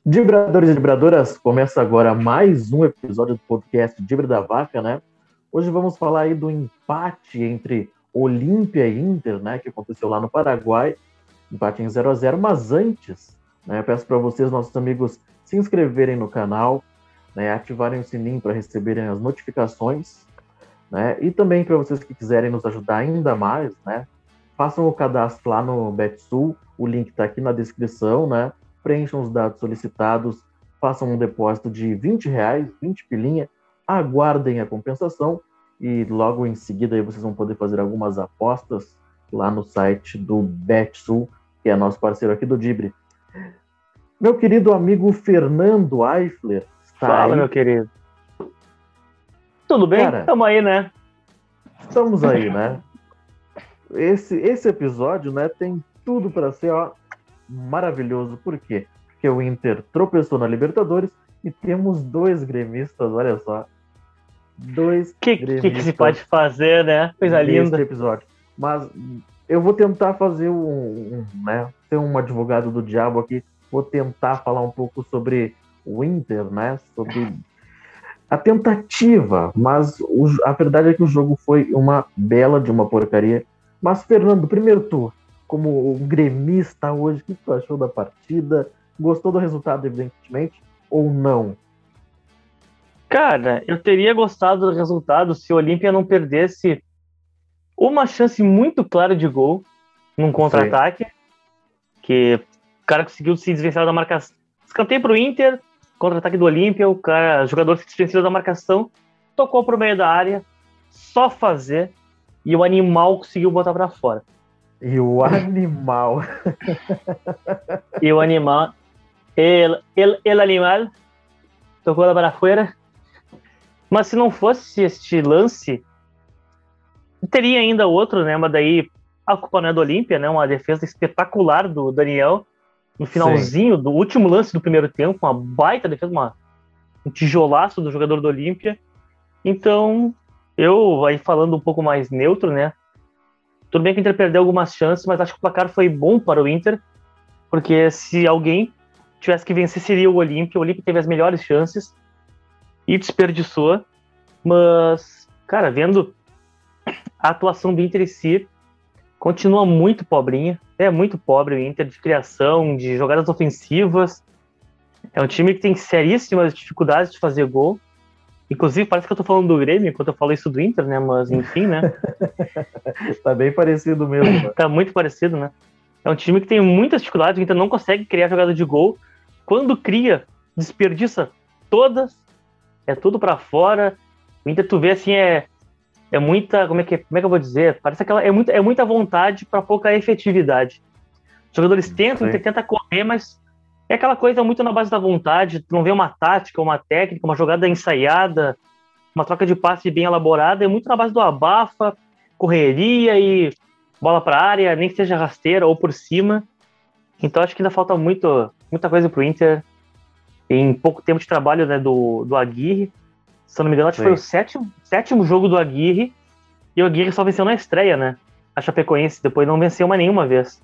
Dibradores e Dibradoras, começa agora mais um episódio do podcast Dibra da Vaca, né? Hoje vamos falar aí do empate entre Olímpia e Inter, né? Que aconteceu lá no Paraguai, empate em 0-0, mas antes, né? Eu peço para vocês, nossos amigos, se inscreverem no canal, né? Ativarem o sininho para receberem as notificações, né? E também para vocês que quiserem nos ajudar ainda mais, né? Façam o cadastro lá no BetSul, o link está aqui na descrição, né? Preencham os dados solicitados, façam um depósito de R$ 20, 20 pilinha, aguardem a compensação e logo em seguida aí vocês vão poder fazer algumas apostas lá no site do BetSul, que é nosso parceiro aqui do Dibre. Meu querido amigo Fernando Eifler está Fala, aí. meu querido. Tudo bem? Cara, Tamo aí, né? estamos aí, né? Esse episódio, né, tem tudo para ser, ó, maravilhoso. Por quê? Porque o Inter tropeçou na Libertadores e temos dois gremistas, olha só. Dois gremistas Que se pode fazer, né? Coisa neste linda. episódio. Mas eu vou tentar fazer né, ser um advogado do diabo aqui. Vou tentar falar um pouco sobre o Inter, né? Sobre a tentativa, mas a verdade é que o jogo foi uma bela de uma porcaria. Mas, Fernando, primeiro tu, como gremista hoje, o que tu achou da partida? Gostou do resultado, evidentemente, ou não? Cara, eu teria gostado do resultado se o Olímpia não perdesse uma chance muito clara de gol num contra-ataque, que o cara conseguiu se desvencilhar da marcação. Escanteio pro Inter, contra-ataque do Olímpia, o jogador se desvencilhou da marcação, tocou pro meio da área, só fazer, e o animal conseguiu botar pra fora. E o animal. E o animal. El animal tocou lá para fora. Mas se não fosse este lance, teria ainda outro, né? Mas daí a culpa não é do Olímpia, né? Uma defesa espetacular do Daniel no finalzinho do último lance do primeiro tempo, uma baita defesa, um tijolaço do jogador do Olímpia. Então, eu aí falando um pouco mais neutro, né? Tudo bem que o Inter perdeu algumas chances, mas acho que o placar foi bom para o Inter, porque se alguém tivesse que vencer seria o Olímpia. O Olímpia teve as melhores chances e desperdiçou. Mas, cara, vendo a atuação do Inter em si, continua muito pobrinha. É muito pobre o Inter de criação, de jogadas ofensivas. É um time que tem seríssimas dificuldades de fazer gol. Inclusive, parece que eu tô falando do Grêmio enquanto eu falo isso do Inter, né? Mas, enfim, né? Tá bem parecido mesmo. Né? Tá muito parecido, né? É um time que tem muitas dificuldades, o Inter não consegue criar jogada de gol. Quando cria, desperdiça todas, é tudo pra fora. O Inter, tu vê assim, é muita, como é que eu vou dizer? Parece aquela, é muita vontade pra pouca efetividade. Os jogadores tentam correr, mas é aquela coisa muito na base da vontade. Tu não vê uma tática, uma técnica, uma jogada ensaiada, uma troca de passe bem elaborada. É muito na base do abafa, correria e bola para a área, nem que seja rasteira ou por cima. Então acho que ainda falta muita coisa pro Inter em pouco tempo de trabalho, né, do Aguirre. Se eu não me engano, acho que foi o sétimo jogo do Aguirre, e o Aguirre só venceu na estreia, né? A Chapecoense, depois não venceu mais nenhuma vez.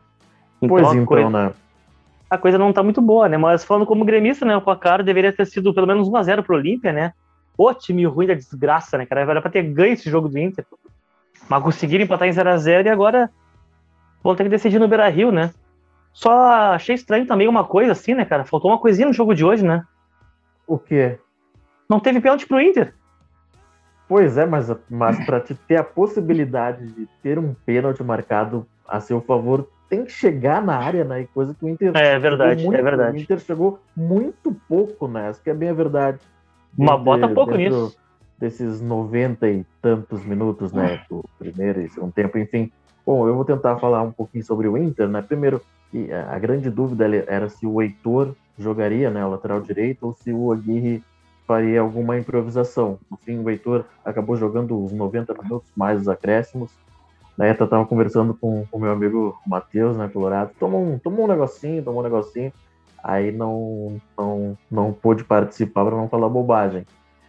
Então, né? A coisa não tá muito boa, né? Mas falando como gremista, né, o placar deveria ter sido pelo menos 1-0 pro Olímpia, né? O time ruim da desgraça, né, cara? Era pra ter ganho esse jogo do Inter. Mas conseguiram empatar em 0-0 e agora vão ter que decidir no Beira-Rio, né? Só achei estranho também uma coisa assim, né, cara? Faltou uma coisinha no jogo de hoje, né? O quê? Não teve pênalti pro Inter. Pois é, mas para te ter a possibilidade de ter um pênalti marcado a seu favor, tem que chegar na área, né? Coisa que o Inter É verdade. O Inter chegou muito pouco nessa, que é bem a verdade. Mas bota pouco nisso. Desses 90 e tantos minutos, né? Do primeiro e segundo tempo, enfim. Bom, eu vou tentar falar um pouquinho sobre o Inter, né? Primeiro, a grande dúvida era se o Heitor jogaria, né? O lateral direito, ou se o Aguirre faria alguma improvisação. No fim, o Heitor acabou jogando os 90 minutos mais os acréscimos. Né? Eu tava conversando com o meu amigo Matheus, né, Colorado. Tomou um negocinho. Aí não pôde participar para não falar bobagem.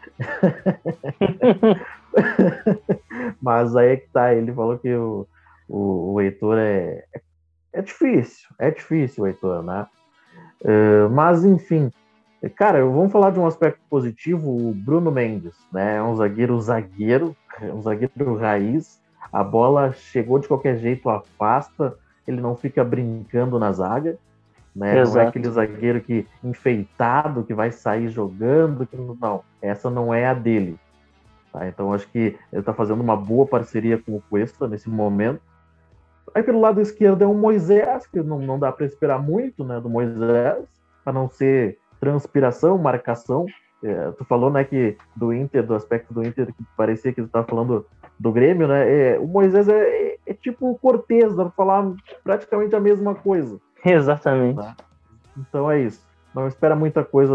Mas aí é que tá, ele falou que o Heitor é difícil o Heitor, né? Mas, enfim, cara, vamos falar de um aspecto positivo. O Bruno Mendes, né? É um um zagueiro raiz. A bola chegou de qualquer jeito, afasta, ele não fica brincando na zaga, né? Não é aquele Exato. zagueiro que enfeitado, que vai sair jogando, não, essa não é a dele. Tá? Então acho que ele está fazendo uma boa parceria com o Cuesta nesse momento. Aí pelo lado esquerdo é um Moisés, que não dá para esperar muito, né, do Moisés, a não ser transpiração, marcação. Tu falou, né, que do Inter, do aspecto do Inter, que parecia que tu estava falando do Grêmio, né? O Moisés é tipo o Cortez, dá para falar praticamente a mesma coisa. Exatamente. Tá? Então é isso. Não espera muita coisa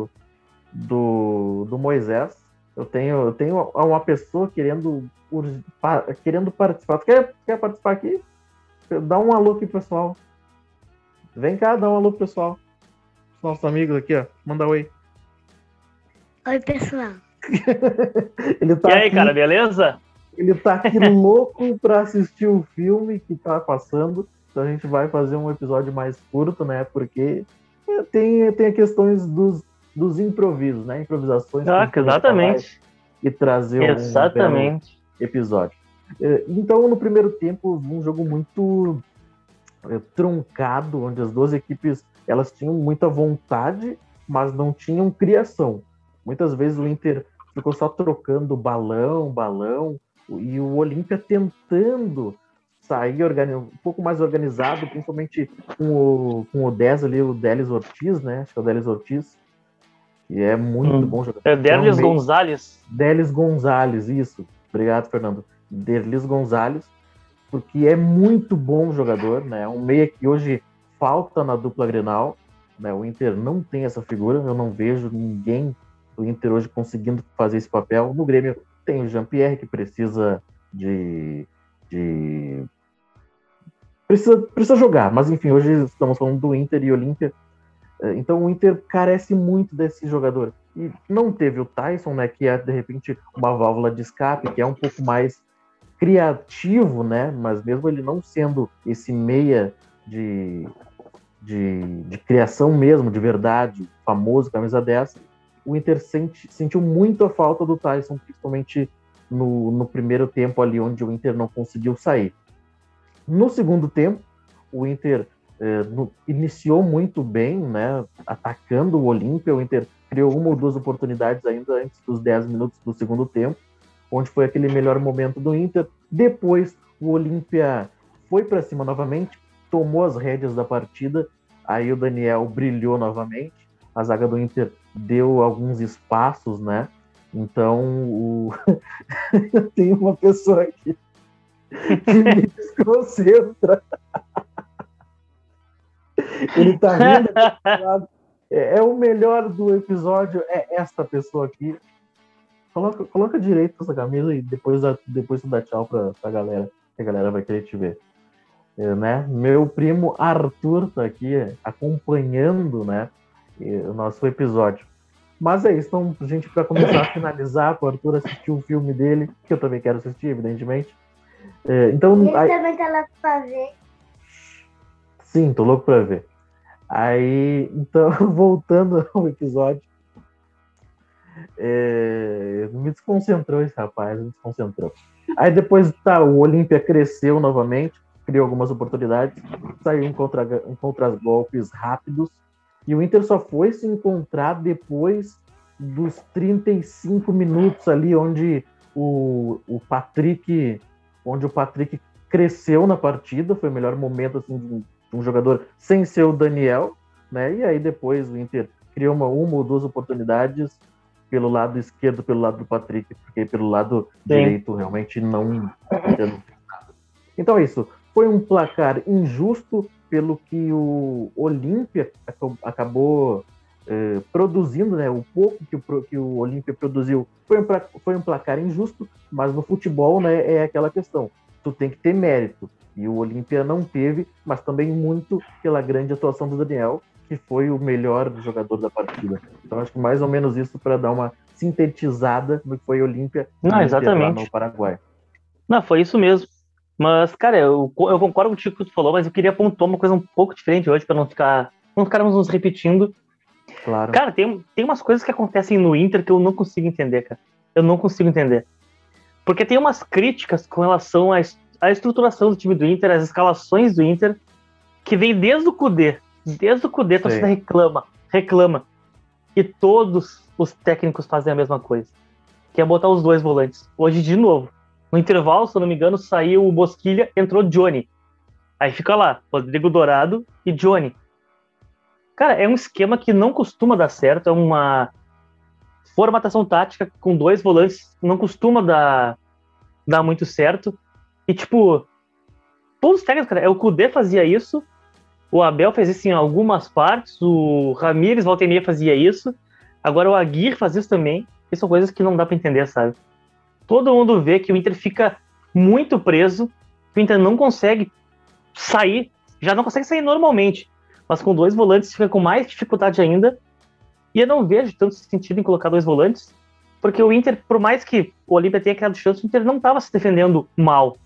do Moisés. Eu tenho uma pessoa querendo participar. Tu quer participar aqui? Dá um alô aqui, pessoal. Vem cá, dá um alô, pessoal. Os nossos amigos aqui, ó. Manda oi. Oi, pessoal. Ele tá E aí, aqui, cara, beleza? ele tá aqui louco pra assistir o filme que tá passando. Então a gente vai fazer um episódio mais curto, né? Porque tem questões dos improvisos, né? Improvisações que a gente Exatamente. e trazer um belo episódio. Então, no primeiro tempo, um jogo muito truncado, onde as duas equipes elas tinham muita vontade, mas não tinham criação. Muitas vezes o Inter ficou só trocando balão, e o Olímpia tentando sair um pouco mais organizado, principalmente com o 10 ali, o Délis Ortiz, né? Acho que é o Délis Ortiz, e é muito bom jogador. É Derlis Gonzalez. Délis Gonzalez, isso. Obrigado, Fernando. Derlis Gonzalez, porque é muito bom jogador, né? É um meia que hoje falta na dupla Grenal, né? O Inter não tem essa figura, eu não vejo ninguém do Inter hoje conseguindo fazer esse papel. No Grêmio tem o Jean-Pierre, que precisa precisa jogar, mas enfim, hoje estamos falando do Inter e Olímpia. Então o Inter carece muito desse jogador. E não teve o Tyson, né, que é de repente uma válvula de escape, que é um pouco mais criativo, né, mas mesmo ele não sendo esse meia de criação mesmo, de verdade, famoso, camisa 10, o Inter sentiu muito a falta do Tyson, principalmente no primeiro tempo ali, onde o Inter não conseguiu sair. No segundo tempo, o Inter iniciou muito bem, né, atacando o Olímpia. O Inter criou uma ou duas oportunidades ainda antes dos 10 minutos do segundo tempo, onde foi aquele melhor momento do Inter. Depois, o Olímpia foi para cima novamente, tomou as rédeas da partida, aí o Daniel brilhou novamente, a zaga do Inter deu alguns espaços, né? Então, tem uma pessoa aqui que me desconcentra. Ele tá rindo. É o melhor do episódio, é esta pessoa aqui. Coloca direito essa camisa e depois tu dá tchau pra galera, que a galera vai querer te ver. Né? Meu primo Arthur tá aqui acompanhando, né, o nosso episódio. Mas é isso, então, gente, para começar a finalizar, o Arthur assistiu o filme dele, que eu também quero assistir, evidentemente. Então, ele também tá lá pra ver. Sim, tô louco pra ver. Aí, então, voltando ao episódio, me desconcentrou esse rapaz, me desconcentrou. Aí depois, o Olímpia cresceu novamente, criou algumas oportunidades, saiu em contra-golpes rápidos, e o Inter só foi se encontrar depois dos 35 minutos ali, onde o Patrick cresceu na partida, foi o melhor momento assim, de um jogador sem ser o Daniel, né? E aí depois o Inter criou uma ou duas oportunidades pelo lado esquerdo, pelo lado do Patrick, porque pelo lado direito realmente não fez nada. Então é isso. Foi um placar injusto pelo que o Olímpia acabou produzindo, né? O pouco que o Olímpia produziu foi um placar injusto, mas no futebol, né, é aquela questão. Tu tem que ter mérito. E o Olímpia não teve, mas também muito pela grande atuação do Daniel, que foi o melhor jogador da partida. Então acho que mais ou menos isso para dar uma sintetizada no que foi o Olímpia lá no Paraguai. Não, foi isso mesmo. Mas, cara, eu concordo com o que tu falou, mas eu queria pontuar uma coisa um pouco diferente hoje para não ficar não ficarmos nos repetindo. Claro. Cara, tem umas coisas que acontecem no Inter que eu não consigo entender, cara. Eu não consigo entender. Porque tem umas críticas com relação à estruturação do time do Inter, às escalações do Inter, que vem desde o Kudê. Desde o Kudê, a torcida reclama. E todos os técnicos fazem a mesma coisa. Que é botar os dois volantes. Hoje, de novo. No intervalo, se eu não me engano, saiu o Bosquilha, entrou Johnny. Aí fica lá, Rodrigo Dourado e Johnny. Cara, é um esquema que não costuma dar certo, é uma formatação tática com dois volantes, não costuma dar muito certo. E, tipo, todos os técnicos, cara, o Kudê fazia isso, o Abel fez isso em algumas partes, o Ramires, volta e meia, fazia isso, agora o Aguirre faz isso também, e são coisas que não dá pra entender, sabe? Todo mundo vê que o Inter fica muito preso, que o Inter não consegue sair, já não consegue sair normalmente, mas com dois volantes fica com mais dificuldade ainda, e eu não vejo tanto sentido em colocar dois volantes, porque o Inter, por mais que o Olímpia tenha criado chance, o Inter não estava se defendendo mal,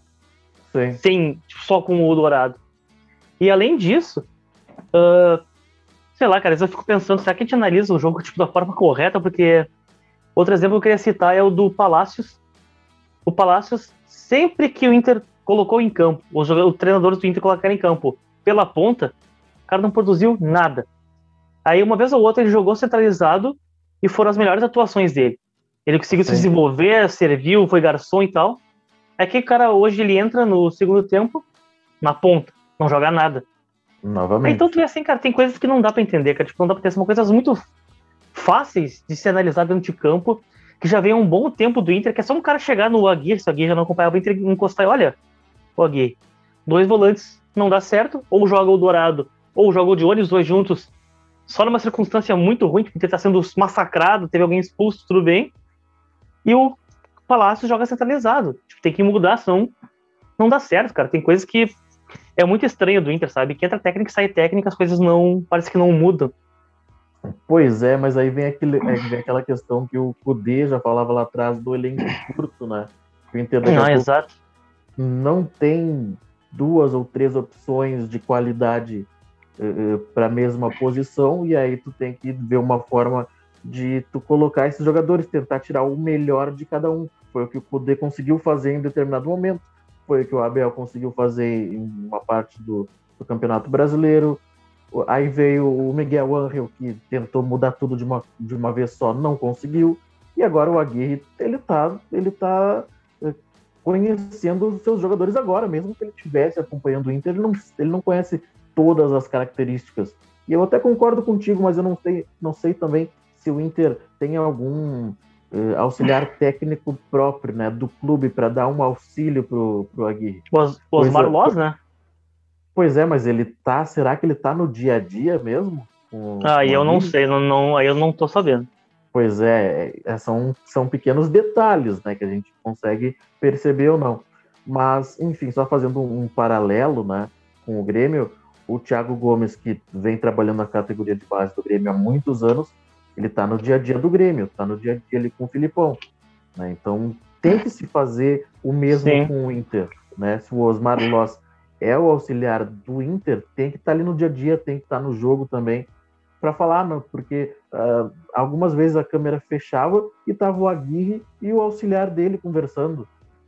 só com o Dourado. E além disso, sei lá, cara, eu fico pensando, será que a gente analisa o jogo tipo, da forma correta? Porque outro exemplo que eu queria citar é o do Palácios. O Palácios, sempre que o Inter colocou em campo, os treinadores do Inter colocaram em campo pela ponta, o cara não produziu nada. Aí, uma vez ou outra, ele jogou centralizado e foram as melhores atuações dele. Ele conseguiu se desenvolver, serviu, foi garçom e tal. É que o cara hoje ele entra no segundo tempo na ponta, não joga nada. Novamente. Então tu vê assim, cara, tem coisas que não dá pra entender, cara. Tipo, não dá pra ter, são coisas muito fáceis de se analisar dentro de campo, que já vem há um bom tempo do Inter, que é só um cara chegar no Aguirre, se o Aguirre já não acompanhava o Inter, encostar e olha, o Aguirre, dois volantes não dá certo, ou joga o Dourado, ou joga o Dione, os dois juntos, só numa circunstância muito ruim, que o Inter tá sendo massacrado, teve alguém expulso, tudo bem, e o Palácio joga centralizado. Tipo, tem que mudar, senão não dá certo, cara. Tem coisas que é muito estranho do Inter, sabe? Que entra técnica e sai técnica, as coisas não, parece que não mudam. Pois é, mas aí vem aquela questão que o Kudê já falava lá atrás do elenco curto, né? O Inter Exato. Não tem 2 ou 3 opções de qualidade para a mesma posição, e aí tu tem que ver uma forma de tu colocar esses jogadores, tentar tirar o melhor de cada um. Foi o que o Kudê conseguiu fazer em determinado momento, foi o que o Abel conseguiu fazer em uma parte do Campeonato Brasileiro. Aí veio o Miguel Ángel, que tentou mudar tudo de uma vez só, não conseguiu. E agora o Aguirre, ele tá conhecendo os seus jogadores agora, mesmo que ele estivesse acompanhando o Inter, ele não conhece todas as características. E eu até concordo contigo, mas eu não sei também se o Inter tem algum auxiliar técnico próprio, né, do clube para dar um auxílio pro Aguirre. O Osmar Loz, né? Pois é, mas será que ele tá no dia a dia mesmo? Aí eu não sei, aí eu não tô sabendo. Pois é, são pequenos detalhes, né, que a gente consegue perceber ou não. Mas, enfim, só fazendo um paralelo, né, com o Grêmio, o Thiago Gomes, que vem trabalhando na categoria de base do Grêmio há muitos anos, ele tá no dia a dia do Grêmio, tá no dia a dia ali com o Filipão, né? Então tem que se fazer o mesmo com o Inter, né? Se o Osmar Loz é o auxiliar do Inter, tem que estar ali no dia a dia, tem que estar no jogo também, para falar, não, porque algumas vezes a câmera fechava e tava o Aguirre e o auxiliar dele conversando.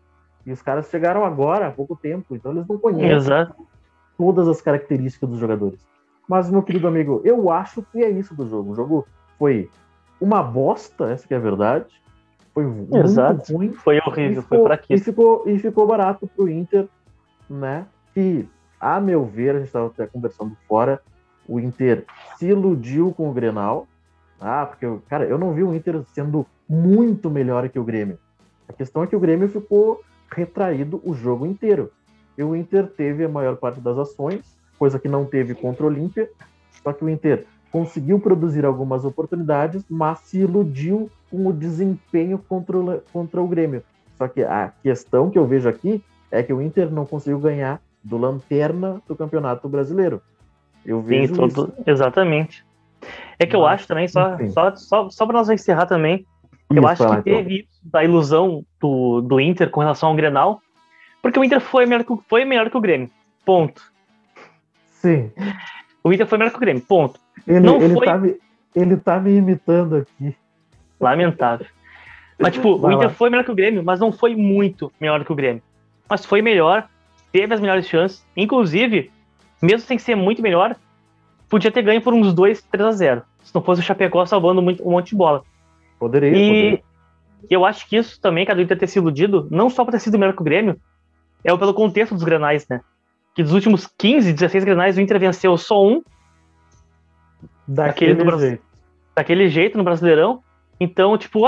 E os caras chegaram agora, há pouco tempo, então eles não conhecem todas as características dos jogadores. Mas, meu querido amigo, eu acho que é isso do jogo. O jogo foi uma bosta, essa que é a verdade. Foi muito ruim. Foi horrível, foi fraquíssimo. E ficou barato pro Inter, né? Que, a meu ver, a gente estava até conversando fora, o Inter se iludiu com o Grenal. Porque, cara, eu não vi o Inter sendo muito melhor que o Grêmio. A questão é que o Grêmio ficou retraído o jogo inteiro. E o Inter teve a maior parte das ações, coisa que não teve contra o Olímpia, só que o Inter conseguiu produzir algumas oportunidades, mas se iludiu com o desempenho contra o Grêmio. Só que a questão que eu vejo aqui é que o Inter não conseguiu ganhar do lanterna do Campeonato Brasileiro. Eu vejo isso. Exatamente. É que eu acho também, só para nós encerrar também, eu acho que teve a ilusão do Inter com relação ao Grenal, porque o Inter foi melhor que o Grêmio. Ponto. Sim. O Inter foi melhor que o Grêmio, ponto. Ele tá me imitando aqui. Lamentável. Mas, tipo, o Inter foi melhor que o Grêmio, mas não foi muito melhor que o Grêmio. Mas foi melhor, teve as melhores chances. Inclusive, mesmo sem ser muito melhor, podia ter ganho por uns 2-3-0. Se não fosse o Chapecó salvando um monte de bola. Poderia. Eu acho que isso também, cara, do Inter ter se iludido, não só por ter sido melhor que o Grêmio, é pelo contexto dos Grenais, né? Que dos últimos 15, 16 Grenais, o Inter venceu só um. Daquele jeito no Brasileirão. Então, tipo,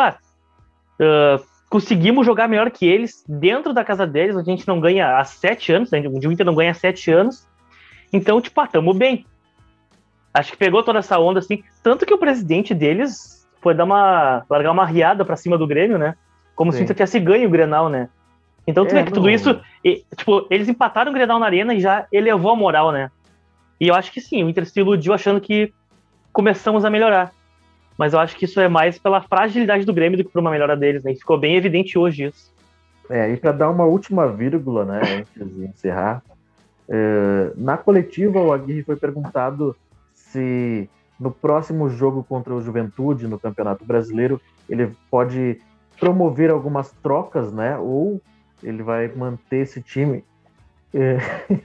conseguimos jogar melhor que eles dentro da casa deles, onde a gente não ganha há 7 anos, né? Onde o Inter não ganha há 7 anos. Então, tipo, tamo bem. Acho que pegou toda essa onda, assim. Tanto que o presidente deles foi largar uma riada pra cima do Grêmio, né? Como se o Inter tivesse ganho o Grenal, né? Então, tu vê que tudo isso... tipo, eles empataram o Grenal na Arena e já elevou a moral, né? E eu acho que sim, o Inter se iludiu achando que começamos a melhorar. Mas eu acho que isso é mais pela fragilidade do Grêmio do que por uma melhora deles, né? E ficou bem evidente hoje isso. E para dar uma última vírgula, né, antes de encerrar, na coletiva o Aguirre foi perguntado se no próximo jogo contra o Juventude, no Campeonato Brasileiro, ele pode promover algumas trocas, né, ou ele vai manter esse time. E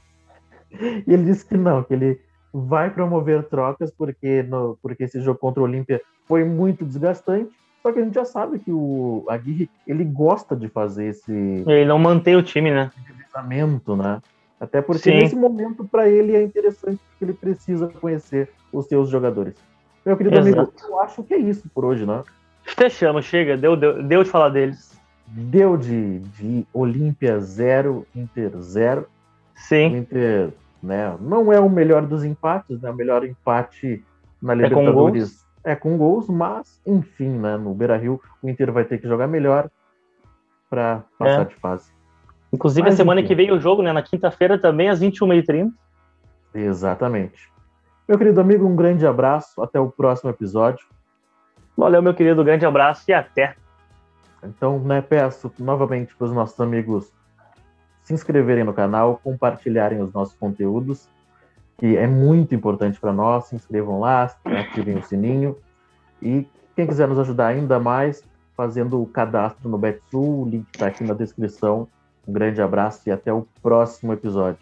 ele disse que não, que ele vai promover trocas porque esse jogo contra o Olímpia foi muito desgastante. Só que a gente já sabe que o Aguirre, ele gosta de fazer esse... Ele não mantém o time, né? Revezamento, né? Até porque nesse momento, para ele, é interessante porque ele precisa conhecer os seus jogadores. Meu querido amigo, eu acho que é isso por hoje, né? Fechamos, chega. Deu de falar deles. Deu de Olímpia 0, Inter 0. Sim. O Inter, né, não é o melhor dos empates, né? O melhor empate na Libertadores é com gols, mas, enfim, né? No Beira-Rio, o Inter vai ter que jogar melhor para passar de fase. Inclusive, a semana que vem o jogo, né? Na quinta-feira também, às 21h30. Exatamente. Meu querido amigo, um grande abraço. Até o próximo episódio. Valeu, meu querido. Grande abraço e até. Então, né, peço novamente para os nossos amigos se inscreverem no canal, compartilharem os nossos conteúdos, que é muito importante para nós. Se inscrevam lá, ativem o sininho. E quem quiser nos ajudar ainda mais, fazendo o cadastro no Betsul, o link está aqui na descrição. Um grande abraço e até o próximo episódio.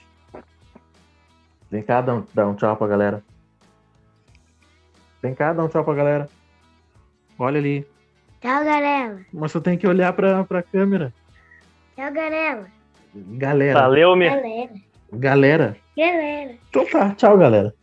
Vem cá, dá um tchau pra galera. Vem cá, dá um tchau pra galera. Olha ali. Tchau, galera. Mas você tem que olhar pra câmera. Tchau, galera. Galera. Valeu, Galera. Galera. Galera. Então tá, tchau, galera.